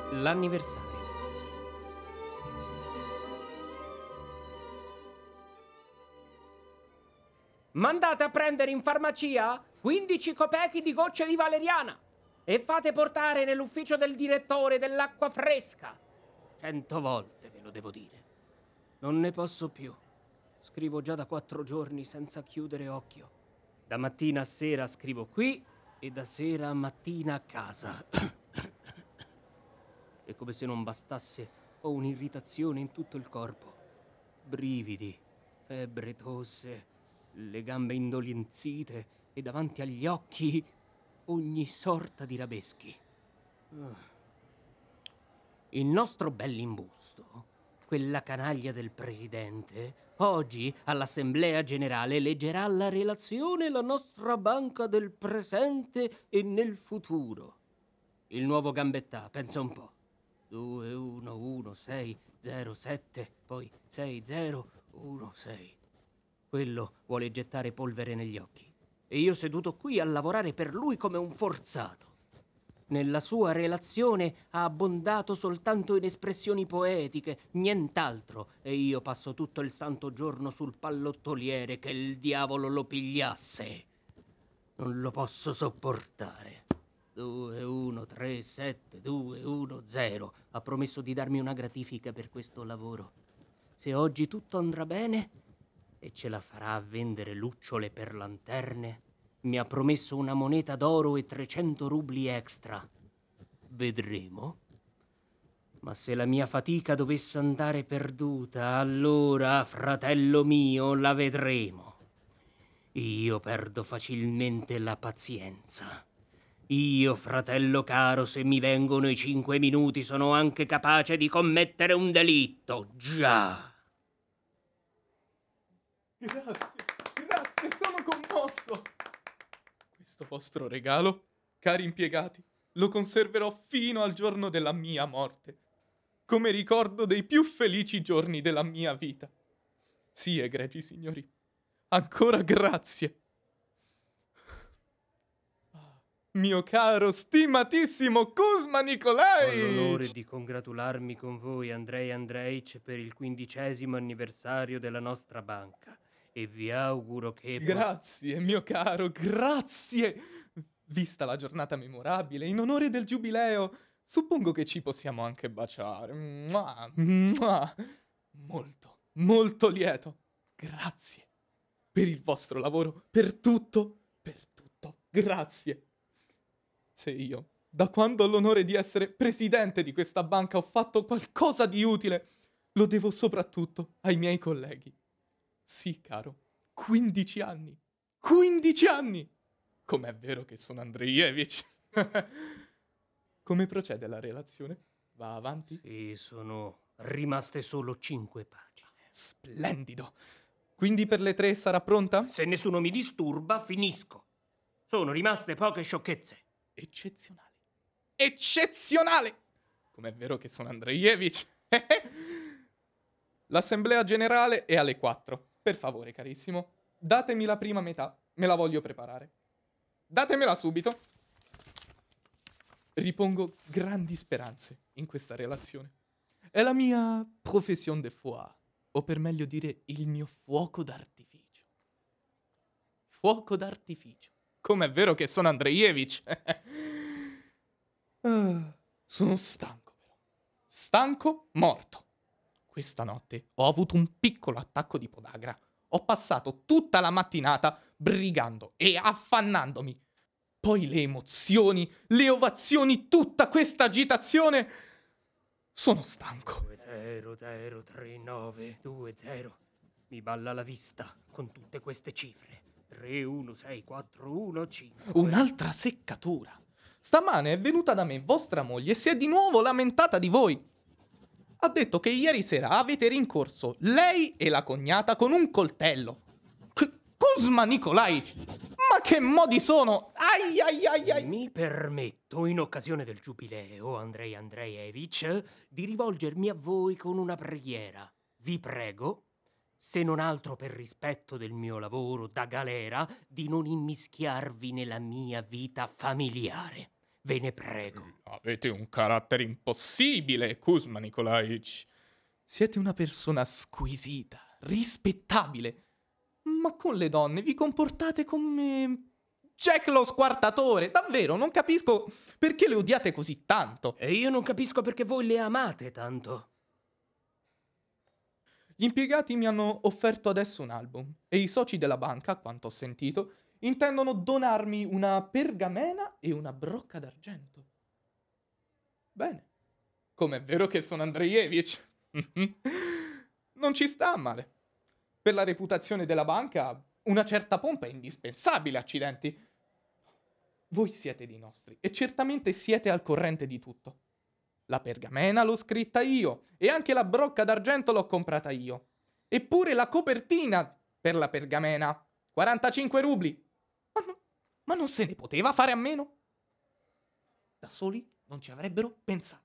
L'anniversario. Mandate a prendere in farmacia 15 copechi di gocce di valeriana e fate portare nell'ufficio del direttore dell'acqua fresca. 100 volte ve lo devo dire. Non ne posso più. Scrivo già da 4 giorni senza chiudere occhio. Da mattina a sera scrivo qui e da sera a mattina a casa. E come se non bastasse, ho un'irritazione in tutto il corpo. Brividi, febbre, tosse, le gambe indolenzite e davanti agli occhi ogni sorta di rabeschi. Il nostro bell'imbusto, quella canaglia del presidente, oggi all'Assemblea Generale leggerà la relazione La nostra banca del presente e nel futuro. Il nuovo Gambetta, pensa un po'. 2-1-1-6-0-7, poi 6-0-1-6. Quello vuole gettare polvere negli occhi. E io seduto qui a lavorare per lui come un forzato. Nella sua relazione ha abbondato soltanto in espressioni poetiche, nient'altro, e io passo tutto il santo giorno sul pallottoliere, che il diavolo lo pigliasse. Non lo posso sopportare. 2-1-3-7-2-1-0. Ha promesso di darmi una gratifica per questo lavoro. Se oggi tutto andrà bene e ce la farà a vendere lucciole per lanterne, mi ha promesso una moneta d'oro e 300 rubli extra. Vedremo. Ma se la mia fatica dovesse andare perduta, allora, fratello mio, la vedremo. Io perdo facilmente la pazienza. Io, fratello caro, se mi vengono i 5 minuti, sono anche capace di commettere un delitto. Già. Grazie, sono commosso. Questo vostro regalo, cari impiegati, lo conserverò fino al giorno della mia morte, come ricordo dei più felici giorni della mia vita. Sì, egregi signori, ancora grazie. Mio caro, stimatissimo Kuzma Ho Nikolaic! l'onore di congratularmi con voi, Andrei Andreich, per il 15° anniversario della nostra banca. E vi auguro che... Grazie, mio caro, grazie! Vista la giornata memorabile, in onore del giubileo, suppongo che ci possiamo anche baciare. Mua, mua. Molto, molto lieto. Grazie. Per il vostro lavoro, per tutto, grazie. Se io, da quando ho l'onore di essere presidente di questa banca, ho fatto qualcosa di utile, lo devo soprattutto ai miei colleghi. Sì, caro, 15 anni. 15 anni! Com'è vero che sono Andreevich. Come procede la relazione? Va avanti? Sì, sono rimaste solo 5 pagine. Splendido! Quindi per le 3 sarà pronta? Se nessuno mi disturba, finisco. Sono rimaste poche sciocchezze. Eccezionale. Eccezionale! Com'è vero che sono Andreevich. L'assemblea generale è alle 4. Per favore, carissimo, datemi la prima metà. Me la voglio preparare. Datemela subito. Ripongo grandi speranze in questa relazione. È la mia profession de foi, o per meglio dire il mio fuoco d'artificio. Fuoco d'artificio. Com'è vero che sono Andreevich. Sono stanco, però. Stanco, morto. Questa notte ho avuto un piccolo attacco di podagra. Ho passato tutta la mattinata brigando e affannandomi. Poi le emozioni, le ovazioni, tutta questa agitazione. Sono stanco. 2-0-0-3-9-2-0. Mi balla la vista con tutte queste cifre. 3-1-6-4-1-5. Un'altra seccatura. Stamane è venuta da me vostra moglie e si è di nuovo lamentata di voi. Ha detto che ieri sera avete rincorso lei e la cognata con un coltello. Kuzma Nikolaic! Ma che modi sono? Ai ai ai ai! Mi permetto, in occasione del giubileo, Andrei Andreevich, di rivolgermi a voi con una preghiera. Vi prego, se non altro per rispetto del mio lavoro da galera, di non immischiarvi nella mia vita familiare. Ve ne prego. Avete un carattere impossibile, Kuzma Nikolaevich. Siete una persona squisita, rispettabile, ma con le donne vi comportate come Jack lo squartatore. Davvero, non capisco perché le odiate così tanto. E io non capisco perché voi le amate tanto. Gli impiegati mi hanno offerto adesso un album e i soci della banca, a quanto ho sentito, intendono donarmi una pergamena e una brocca d'argento. Bene. Com'è vero che sono Andreevich? Non ci sta male. Per la reputazione della banca, una certa pompa è indispensabile, accidenti. Voi siete dei nostri e certamente siete al corrente di tutto. La pergamena l'ho scritta io e anche la brocca d'argento l'ho comprata io. Eppure la copertina per la pergamena, 45 rubli. Ma non se ne poteva fare a meno? Da soli non ci avrebbero pensato.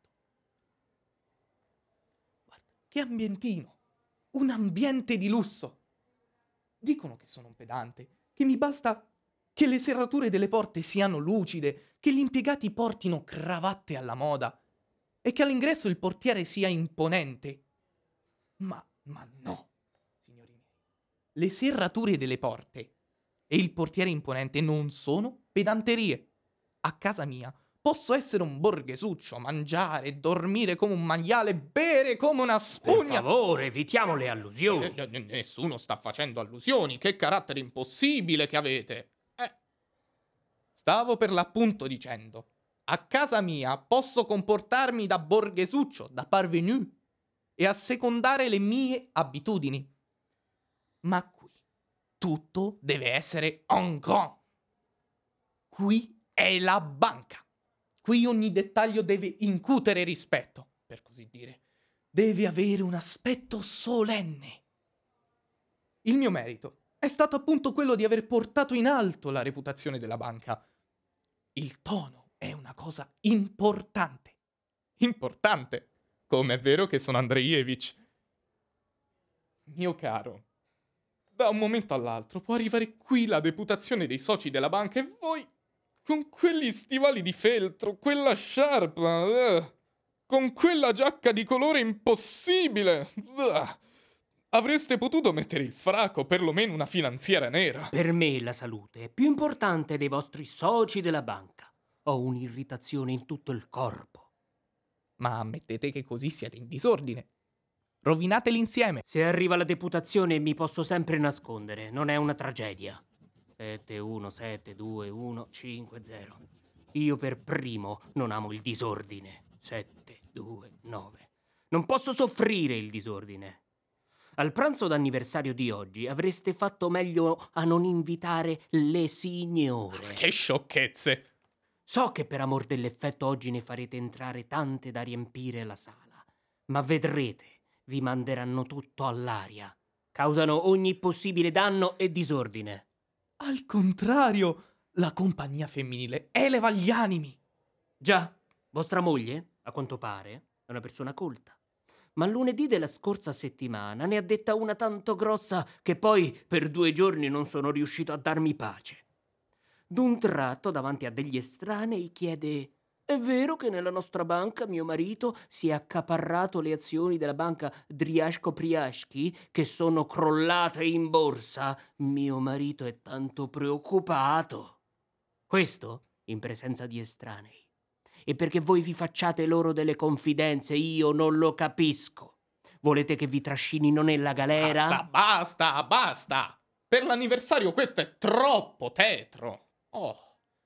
Guarda, che ambientino! Un ambiente di lusso! Dicono che sono un pedante, che mi basta che le serrature delle porte siano lucide, che gli impiegati portino cravatte alla moda e che all'ingresso il portiere sia imponente. Ma no, signori miei. Le serrature delle porte e il portiere imponente non sono pedanterie. A casa mia posso essere un borghesuccio, mangiare, dormire come un maiale, bere come una Per spugna. favore, evitiamo le allusioni. Nessuno sta facendo allusioni. Che carattere impossibile che avete. Stavo per l'appunto dicendo. A casa mia posso comportarmi da borghesuccio, da parvenu, e assecondare le mie abitudini. Ma qui tutto deve essere en grand. Qui è la banca. Qui ogni dettaglio deve incutere rispetto, per così dire. Deve avere un aspetto solenne. Il mio merito è stato appunto quello di aver portato in alto la reputazione della banca. Il tono è una cosa importante. Importante? Come è vero che sono Andreevich. Mio caro, da un momento all'altro può arrivare qui la deputazione dei soci della banca e voi, con quegli stivali di feltro, quella sciarpa, con quella giacca di colore impossibile, avreste potuto mettere il fraco o perlomeno una finanziera nera. Per me la salute è più importante dei vostri soci della banca. Ho un'irritazione in tutto il corpo. Ma ammettete che così siete in disordine. Rovinateli insieme. Se arriva la deputazione mi posso sempre nascondere, non è una tragedia. 7-1-7-2-1-5-0. Io per primo non amo il disordine. 7-2-9. Non posso soffrire il disordine. Al pranzo d'anniversario di oggi avreste fatto meglio a non invitare le signore. Che sciocchezze! So che per amor dell'effetto oggi ne farete entrare tante da riempire la sala, ma vedrete, vi manderanno tutto all'aria. Causano ogni possibile danno e disordine. Al contrario, la compagnia femminile eleva gli animi. Già, vostra moglie, a quanto pare, è una persona colta. Ma lunedì della scorsa settimana ne ha detta una tanto grossa che poi per 2 giorni non sono riuscito a darmi pace. D'un tratto, davanti a degli estranei, chiede: «È vero che nella nostra banca mio marito si è accaparrato le azioni della banca Driashko-Priashki che sono crollate in borsa? Mio marito è tanto preoccupato». Questo in presenza di estranei. E perché voi vi facciate loro delle confidenze, io non lo capisco. Volete che vi trascinino nella galera? Basta! Per l'anniversario questo è troppo tetro. Oh.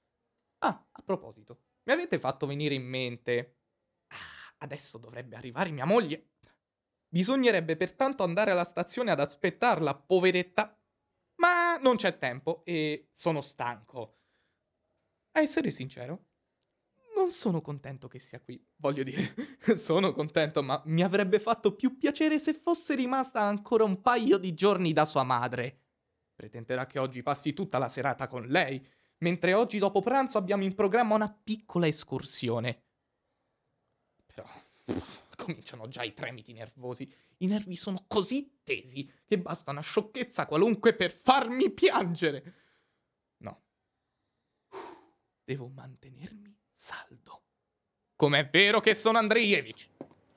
A proposito, mi avete fatto venire in mente. Adesso dovrebbe arrivare mia moglie. Bisognerebbe pertanto andare alla stazione ad aspettarla, poveretta. Ma non c'è tempo e sono stanco. A essere sincero, non sono contento che sia qui. Voglio dire, sono contento, ma mi avrebbe fatto più piacere se fosse rimasta ancora un paio di giorni da sua madre. Pretenderà che oggi passi tutta la serata con lei, mentre oggi dopo pranzo abbiamo in programma una piccola escursione. Però cominciano già i tremiti nervosi. I nervi sono così tesi che basta una sciocchezza qualunque per farmi piangere. No. Devo mantenermi saldo. Com'è vero che sono Andreevich.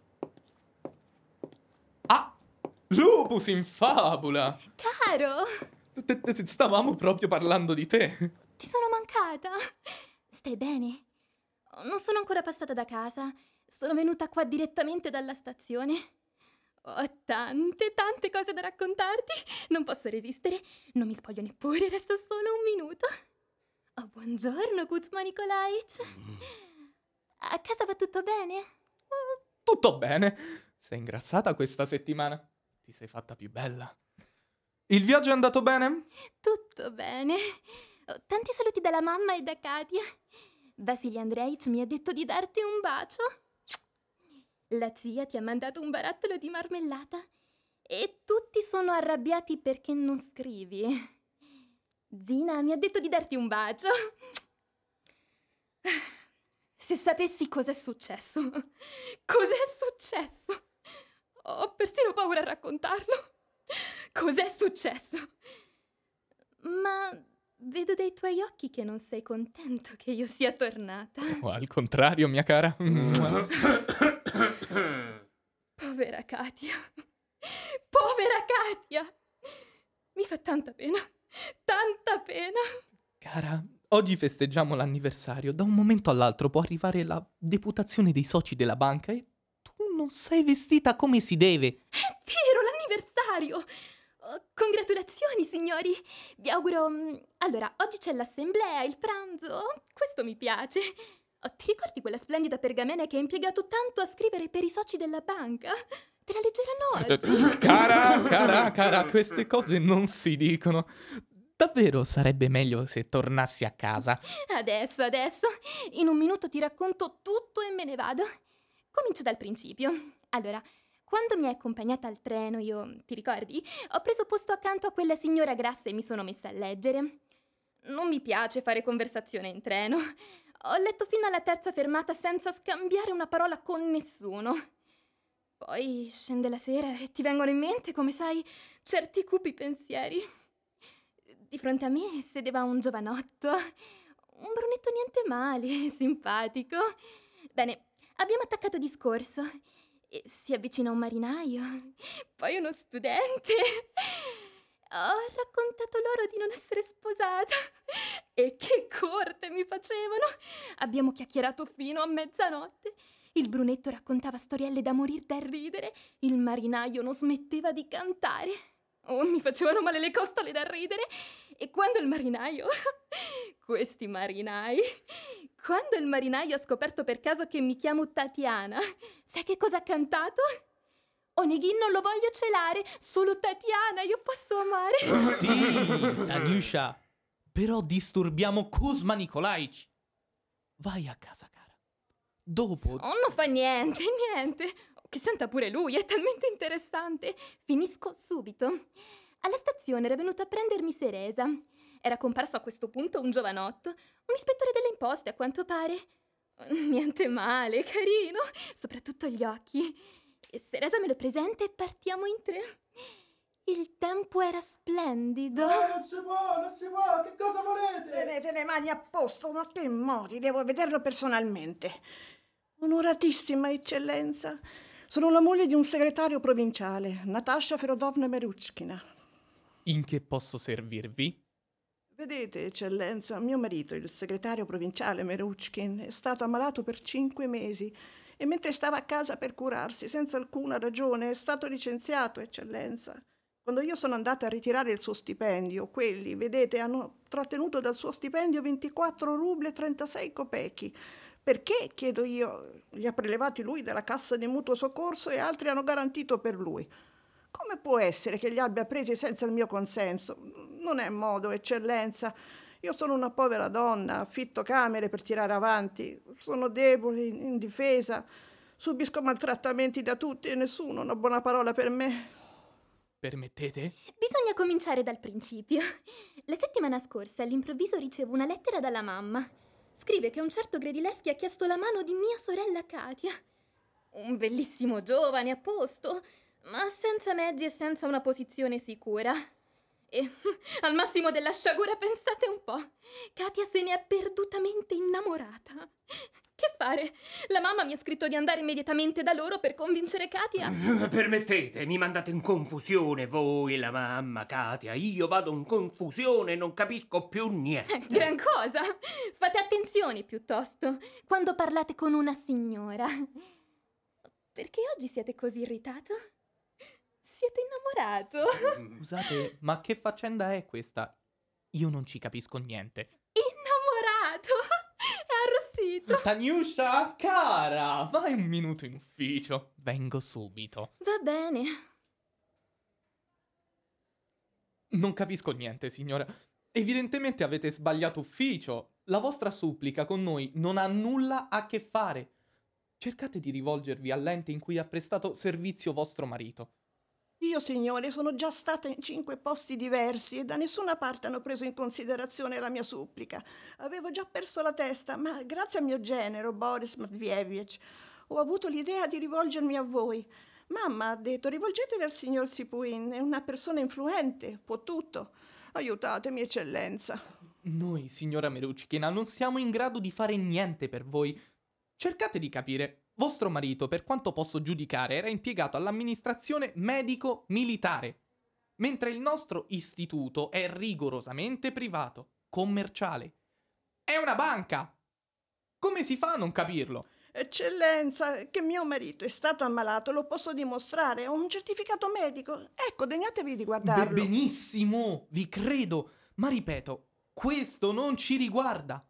Ah, Lupus in fabula. Caro, Stavamo proprio parlando di te. ti sono mancata. Stai bene? Non sono ancora passata da casa. Sono venuta qua direttamente dalla stazione. Ho tante cose da raccontarti. Non posso resistere. Non mi spoglio neppure, resto solo un minuto. Oh, buongiorno, Kuzma Nikolaich. A casa va tutto bene? Tutto bene. Sei ingrassata questa settimana. Ti sei fatta più bella. Il viaggio è andato bene? Tutto bene. Oh, tanti saluti dalla mamma e da Katia. Vasily Andreich mi ha detto di darti un bacio. La zia ti ha mandato un barattolo di marmellata. E tutti sono arrabbiati perché non scrivi. Zina mi ha detto di darti un bacio. Se sapessi cos'è successo. Cos'è successo? Ho persino paura a raccontarlo. Cos'è successo? Ma vedo dai tuoi occhi che non sei contento che io sia tornata. O al contrario, mia cara. Povera Katia. Povera Katia. Mi fa tanta pena. Tanta pena. Cara, oggi festeggiamo l'anniversario. Da un momento all'altro può arrivare la deputazione dei soci della banca e tu non sei vestita come si deve. È vero, l'anniversario! Oh, congratulazioni, signori! Vi auguro... Allora, oggi c'è l'assemblea, il pranzo. Questo mi piace. Oh, ti ricordi quella splendida pergamena che hai impiegato tanto a scrivere per i soci della banca? Te la leggeranno oggi. Cara, queste cose non si dicono. Davvero sarebbe meglio se tornassi a casa. Adesso. In un minuto ti racconto tutto e me ne vado. Comincio dal principio. Allora, quando mi hai accompagnata al treno, ti ricordi? Ho preso posto accanto a quella signora grassa e mi sono messa a leggere. Non mi piace fare conversazione in treno. Ho letto fino alla terza fermata senza scambiare una parola con nessuno. Poi scende la sera e ti vengono in mente, come sai, certi cupi pensieri. Di fronte a me sedeva un giovanotto, un brunetto niente male, simpatico. Bene, abbiamo attaccato discorso. E si avvicina un marinaio, poi uno studente. Ho raccontato loro di non essere sposata. E che corte mi facevano! Abbiamo chiacchierato fino a mezzanotte. Il brunetto raccontava storielle da morir da ridere. Il marinaio non smetteva di cantare. Oh, mi facevano male le costole da ridere. E quando il marinaio... Questi marinai... Quando il marinaio ha scoperto per caso che mi chiamo Tatiana, sai che cosa ha cantato? Oneghin non lo voglio celare, solo Tatiana io posso amare. Sì, Tanyusha, però disturbiamo Kuzma Nikolaich. Vai a casa, cara. Dopo... Oh, non fa niente. Che senta pure lui, è talmente interessante. Finisco subito. Alla stazione era venuto a prendermi Seresa. Era comparso a questo punto un giovanotto, un ispettore delle imposte a quanto pare. Niente male, carino, soprattutto gli occhi. E Seresa me lo presenta e partiamo in tre. Il tempo era splendido. Non si può, che cosa volete? Tenete le mani a posto, ma che modi, devo vederlo personalmente. Onoratissima eccellenza, sono la moglie di un segretario provinciale, Natasha Ferodovna Meruchkina. In che posso servirvi? Vedete, eccellenza, mio marito, il segretario provinciale Meruchkin, è stato ammalato per 5 mesi e mentre stava a casa per curarsi, senza alcuna ragione, è stato licenziato, eccellenza. Quando io sono andata a ritirare il suo stipendio, quelli, vedete, hanno trattenuto dal suo stipendio 24 rubli e 36 copechi. Perché, chiedo io, li ha prelevati lui dalla cassa di mutuo soccorso e altri hanno garantito per lui. Come può essere che li abbia presi senza il mio consenso? Non è modo, eccellenza. Io sono una povera donna, affitto camere per tirare avanti. Sono debole, indifesa. Subisco maltrattamenti da tutti e nessuno ha una buona parola per me. Permettete? Bisogna cominciare dal principio. La settimana scorsa all'improvviso ricevo una lettera dalla mamma. Scrive che un certo Gredileschi ha chiesto la mano di mia sorella Katia. Un bellissimo giovane a posto, ma senza mezzi e senza una posizione sicura. E al massimo della sciagura, pensate un po', Katia se ne è perdutamente innamorata. Che fare? La mamma mi ha scritto di andare immediatamente da loro per convincere Katia. Permettete, mi mandate in confusione voi, la mamma, Katia. Io vado in confusione, non capisco più niente. Gran cosa! Fate attenzione piuttosto quando parlate con una signora. Perché oggi siete così irritato? Siete innamorato? Scusate, ma che faccenda è questa? Io non ci capisco niente. Innamorato! È arrossito. Tanyusha, cara, vai un minuto in ufficio. Vengo subito. Va bene. Non capisco niente, signora. Evidentemente avete sbagliato ufficio. La vostra supplica con noi non ha nulla a che fare. Cercate di rivolgervi all'ente in cui ha prestato servizio vostro marito. Io, signore, sono già stata in 5 posti diversi e da nessuna parte hanno preso in considerazione la mia supplica. Avevo già perso la testa, ma grazie al mio genero, Boris Matvievich, ho avuto l'idea di rivolgermi a voi. Mamma ha detto: rivolgetevi al signor Sipuin, è una persona influente, può tutto. Aiutatemi, eccellenza. Noi, signora Meruchkina, non siamo in grado di fare niente per voi. Cercate di capire. Vostro marito, per quanto posso giudicare, era impiegato all'amministrazione medico-militare, mentre il nostro istituto è rigorosamente privato, commerciale. È una banca! Come si fa a non capirlo? Eccellenza, che mio marito è stato ammalato, lo posso dimostrare, ho un certificato medico. Ecco, degnatevi di guardarlo. Benissimo, vi credo, ma ripeto, questo non ci riguarda.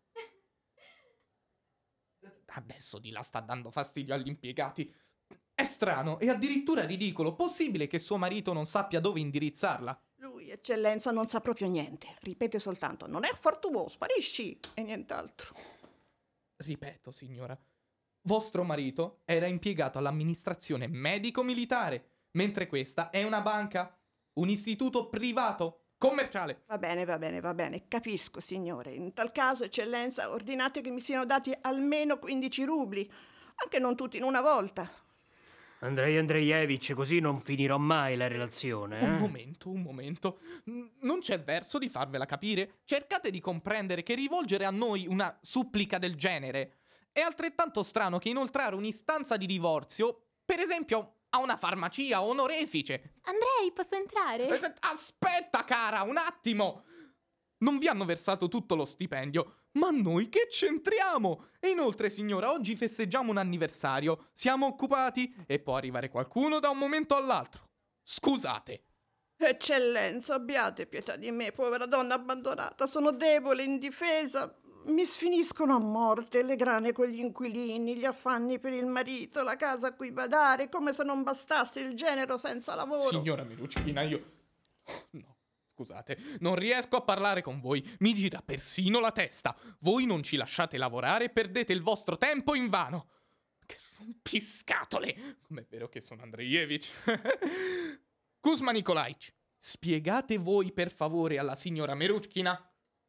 Adesso di là sta dando fastidio agli impiegati. È strano e addirittura ridicolo. Possibile che suo marito non sappia dove indirizzarla? Lui, eccellenza, non sa proprio niente. Ripete soltanto: non è fortuoso, sparisci, e nient'altro. Ripeto, signora. Vostro marito era impiegato all'amministrazione medico-militare, mentre questa è una banca, un istituto privato, commerciale. Va bene, capisco, signore. In tal caso, eccellenza, ordinate che mi siano dati almeno 15 rubli, anche non tutti in una volta. Andrei Andreevich, così non finirò mai la relazione. Un momento. Non c'è verso di farvela capire. Cercate di comprendere che rivolgere a noi una supplica del genere è altrettanto strano che inoltrare un'istanza di divorzio, per esempio, a una farmacia onorefice. Andrei, posso entrare? Aspetta, cara, un attimo! Non vi hanno versato tutto lo stipendio, ma noi che c'entriamo? E inoltre, signora, oggi festeggiamo un anniversario, siamo occupati e può arrivare qualcuno da un momento all'altro. Scusate. Eccellenza, abbiate pietà di me, povera donna abbandonata. Sono debole, indifesa. Mi sfiniscono a morte le grane con gli inquilini, gli affanni per il marito, la casa a cui badare, come se non bastasse il genero senza lavoro. Signora Meruchkina, io... No, scusate, non riesco a parlare con voi, mi gira persino la testa. Voi non ci lasciate lavorare e perdete il vostro tempo invano. Che rompiscatole! Com'è vero che sono Andreevich. Kuzma Nikolaich, spiegate voi per favore alla signora Meruchkina.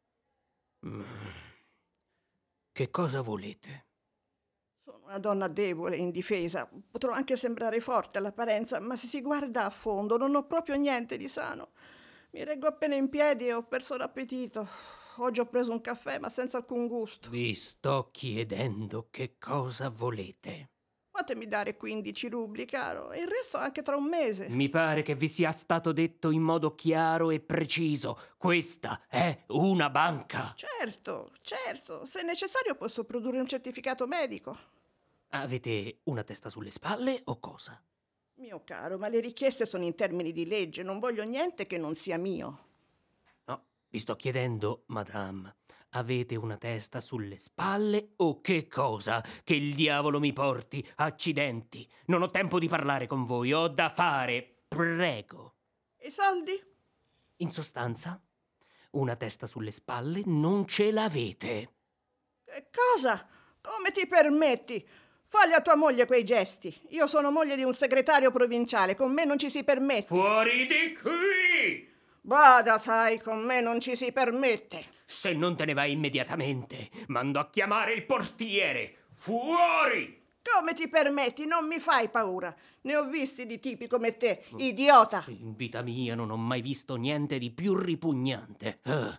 Che cosa volete? Sono una donna debole, indifesa. Potrò anche sembrare forte all'apparenza, ma se si guarda a fondo non ho proprio niente di sano. Mi reggo appena in piedi e ho perso l'appetito. Oggi ho preso un caffè, ma senza alcun gusto. Vi sto chiedendo che cosa volete. Fatemi dare 15 rubli, caro, e il resto anche tra un mese. Mi pare che vi sia stato detto in modo chiaro e preciso. Questa è una banca. Certo, se necessario posso produrre un certificato medico. Avete una testa sulle spalle o cosa? Mio caro, ma le richieste sono in termini di legge, non voglio niente che non sia mio. No, vi sto chiedendo, madame, avete una testa sulle spalle o che cosa? Che il diavolo mi porti, accidenti. Non ho tempo di parlare con voi, ho da fare, prego. E i soldi? In sostanza, una testa sulle spalle non ce l'avete. Cosa? Come ti permetti? Fagli a tua moglie quei gesti. Io sono moglie di un segretario provinciale, con me non ci si permette. Fuori di qui! Bada, sai, con me non ci si permette. Se non te ne vai immediatamente, mando a chiamare il portiere. Fuori! Come ti permetti? Non mi fai paura. Ne ho visti di tipi come te, idiota. In vita mia non ho mai visto niente di più ripugnante.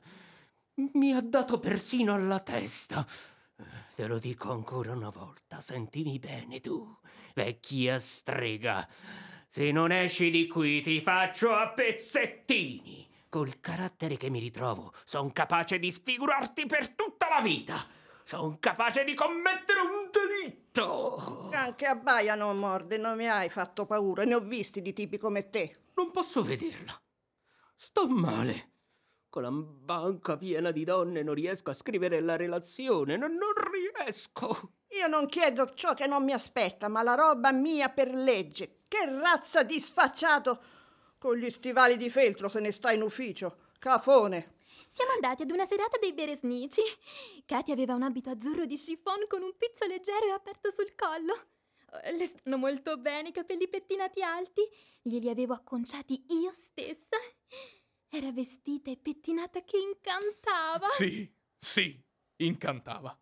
Mi ha dato persino alla testa. Te lo dico ancora una volta, sentimi bene tu, vecchia strega. Se non esci di qui ti faccio a pezzettini. Col carattere che mi ritrovo, son capace di sfigurarti per tutta la vita. Son capace di commettere un delitto. Anche Abbaia non morde, non mi hai fatto paura. Ne ho visti di tipi come te. Non posso vederla. Sto male. Con la banca piena di donne non riesco a scrivere la relazione. Non riesco. Io non chiedo ciò che non mi aspetta, ma la roba mia per legge. Che razza di sfacciato! Con gli stivali di feltro se ne sta in ufficio. Cafone. Siamo andati ad una serata dei Beresnici. Katia aveva un abito azzurro di chiffon con un pizzo leggero e aperto sul collo. Le stanno molto bene i capelli pettinati alti. Glieli avevo acconciati io stessa. Era vestita e pettinata che incantava. Sì, incantava.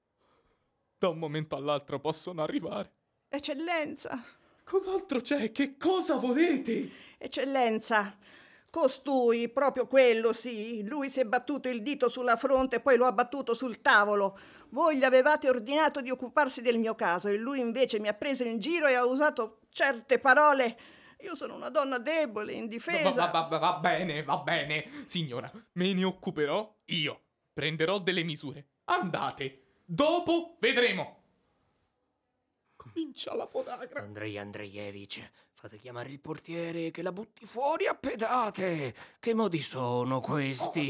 Da un momento all'altro possono arrivare. Eccellenza. Cos'altro c'è? Che cosa volete? Eccellenza, costui, proprio quello, sì, lui si è battuto il dito sulla fronte e poi lo ha battuto sul tavolo. Voi gli avevate ordinato di occuparsi del mio caso e lui invece mi ha preso in giro e ha usato certe parole. Io sono una donna debole, indifesa. Va bene, signora, me ne occuperò io. Prenderò delle misure. Andate, dopo vedremo. Comincia la podagra. Andrei Andreevich, fate chiamare il portiere che la butti fuori a pedate. Che modi sono questi?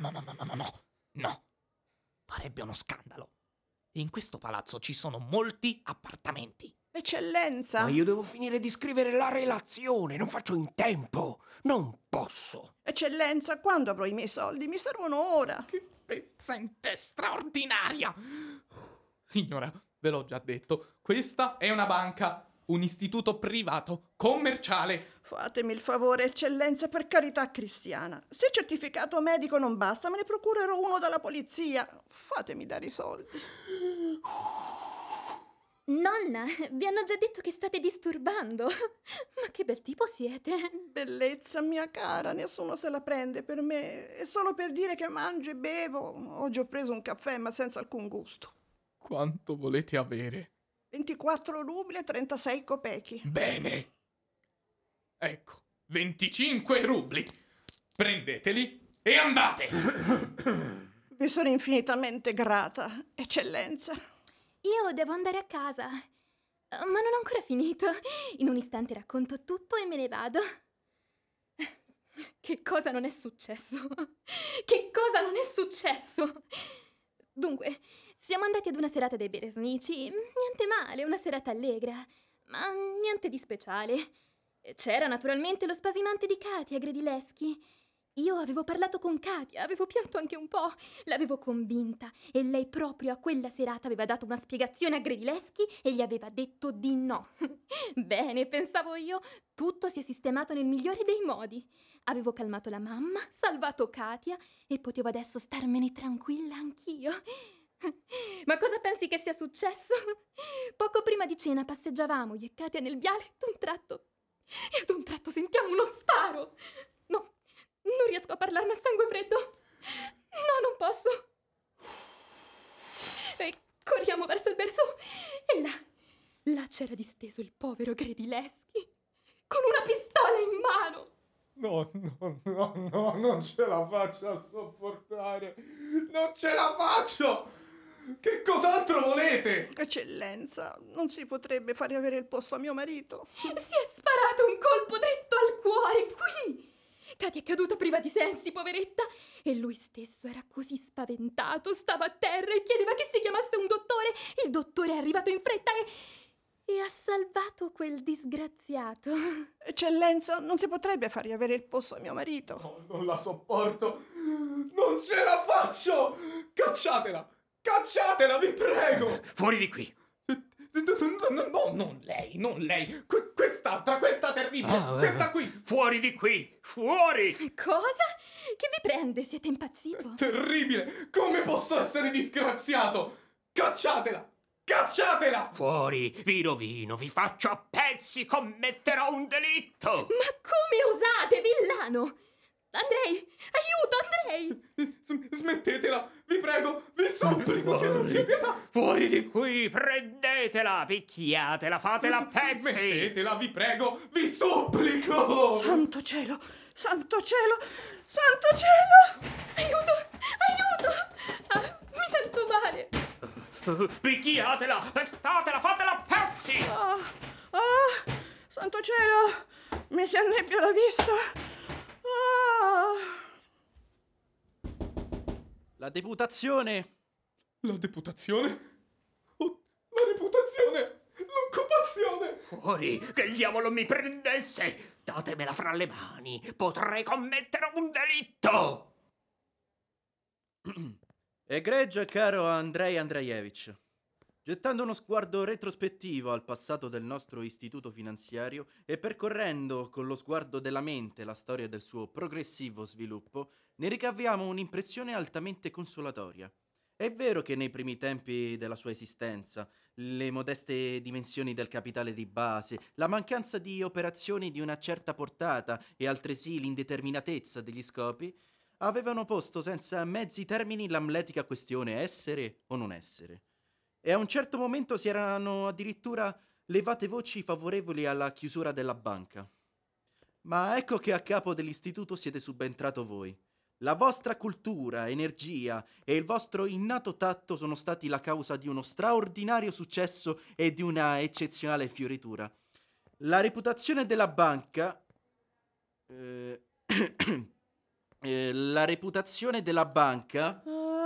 No. Farebbe uno scandalo. In questo palazzo ci sono molti appartamenti. Eccellenza. Ma io devo finire di scrivere la relazione, non faccio in tempo. Non posso. Eccellenza, quando avrò i miei soldi? Mi servono ora. Che pezzente straordinaria. Signora, ve l'ho già detto, questa è una banca, un istituto privato, commerciale. Fatemi il favore, eccellenza, per carità cristiana. Se il certificato medico non basta, me ne procurerò uno dalla polizia. Fatemi dare i soldi. Nonna, vi hanno già detto che state disturbando. Ma che bel tipo siete. Bellezza mia cara, nessuno se la prende per me. È solo per dire che mangio e bevo. Oggi ho preso un caffè, ma senza alcun gusto. Quanto volete avere? 24 rubli e 36 copechi. Bene. Ecco, 25 rubli. Prendeteli e andate. Vi sono infinitamente grata, eccellenza. Io devo andare a casa. Ma non ho ancora finito. In un istante racconto tutto e me ne vado. Che cosa non è successo? Che cosa non è successo? Dunque, siamo andati ad una serata dei Beresnici. Niente male, una serata allegra. Ma niente di speciale. C'era naturalmente lo spasimante di Katia Gredileschi. Io avevo parlato con Katia, avevo pianto anche un po', l'avevo convinta e lei proprio a quella serata aveva dato una spiegazione a Gredileschi e gli aveva detto di no. Bene, pensavo io, tutto si è sistemato nel migliore dei modi. Avevo calmato la mamma, salvato Katia e potevo adesso starmene tranquilla anch'io. Ma cosa pensi che sia successo? Poco prima di cena passeggiavamo io e Katia nel viale e ad un tratto sentiamo uno sparo. No. Non riesco a parlarne a sangue freddo. No, non posso. E corriamo verso il berso e là c'era disteso il povero Gredileschi con una pistola in mano. No, non ce la faccio a sopportare. Non ce la faccio. Che cos'altro volete? Eccellenza, non si potrebbe fare avere il posto a mio marito? Si è sparato un colpo dritto al cuore, qui. Katia è caduta priva di sensi, poveretta, e lui stesso era così spaventato, stava a terra e chiedeva che si chiamasse un dottore. Il dottore è arrivato in fretta e ha salvato quel disgraziato. Eccellenza, non si potrebbe far riavere il posto a mio marito? No, non la sopporto. Non ce la faccio. Cacciatela, vi prego. Fuori di qui. No, non lei. Questa terribile. Questa qui. Fuori di qui, fuori. Cosa? Che vi prende? Siete impazzito? Terribile. Come posso essere disgraziato? Cacciatela. Cacciatela! Fuori, vi rovino, vi faccio a pezzi, commetterò un delitto! Ma come osate, villano? Andrei, aiuto, Andrei! Smettetela, vi prego, vi supplico, silenzio, pietà! Fuori di qui, prendetela, picchiatela, fatela a pezzi! Smettetela, vi prego, vi supplico! Santo cielo, santo cielo, santo cielo! Aiuto, aiuto! Ah, mi sento male. Picchiatela, pestatela, fatela a pezzi! Santo cielo, mi si annebbia la vista. La deputazione. La deputazione? Oh, la reputazione! L'occupazione! Fuori, che il diavolo mi prendesse! Datemela fra le mani, potrei commettere un delitto! Egregio e caro Andrei Andreevich, gettando uno sguardo retrospettivo al passato del nostro istituto finanziario e percorrendo con lo sguardo della mente la storia del suo progressivo sviluppo, ne ricaviamo un'impressione altamente consolatoria. È vero che nei primi tempi della sua esistenza, le modeste dimensioni del capitale di base, la mancanza di operazioni di una certa portata e altresì l'indeterminatezza degli scopi, avevano posto senza mezzi termini l'amletica questione essere o non essere. E a un certo momento si erano addirittura levate voci favorevoli alla chiusura della banca. Ma ecco che a capo dell'istituto siete subentrato voi. La vostra cultura, energia e il vostro innato tatto sono stati la causa di uno straordinario successo e di una eccezionale fioritura. La reputazione della banca... la reputazione della banca...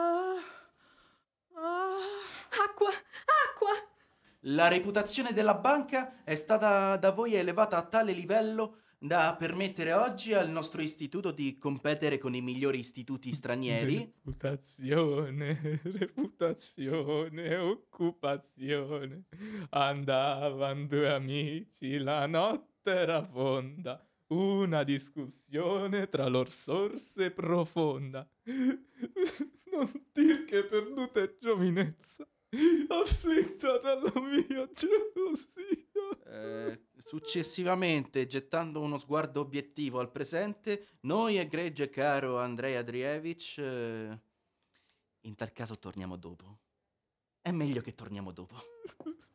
Acqua, acqua! La reputazione della banca è stata da voi elevata a tale livello da permettere oggi al nostro istituto di competere con i migliori istituti stranieri. Reputazione, occupazione. Andavan due amici, la notte era fonda. Una discussione tra lor sorse profonda. Non dir che perduta è giovinezza, afflitta dalla mia gelosia. Successivamente, gettando uno sguardo obiettivo al presente, noi, egregio e caro Andrei Andreevich, in tal caso torniamo dopo. È meglio che torniamo dopo.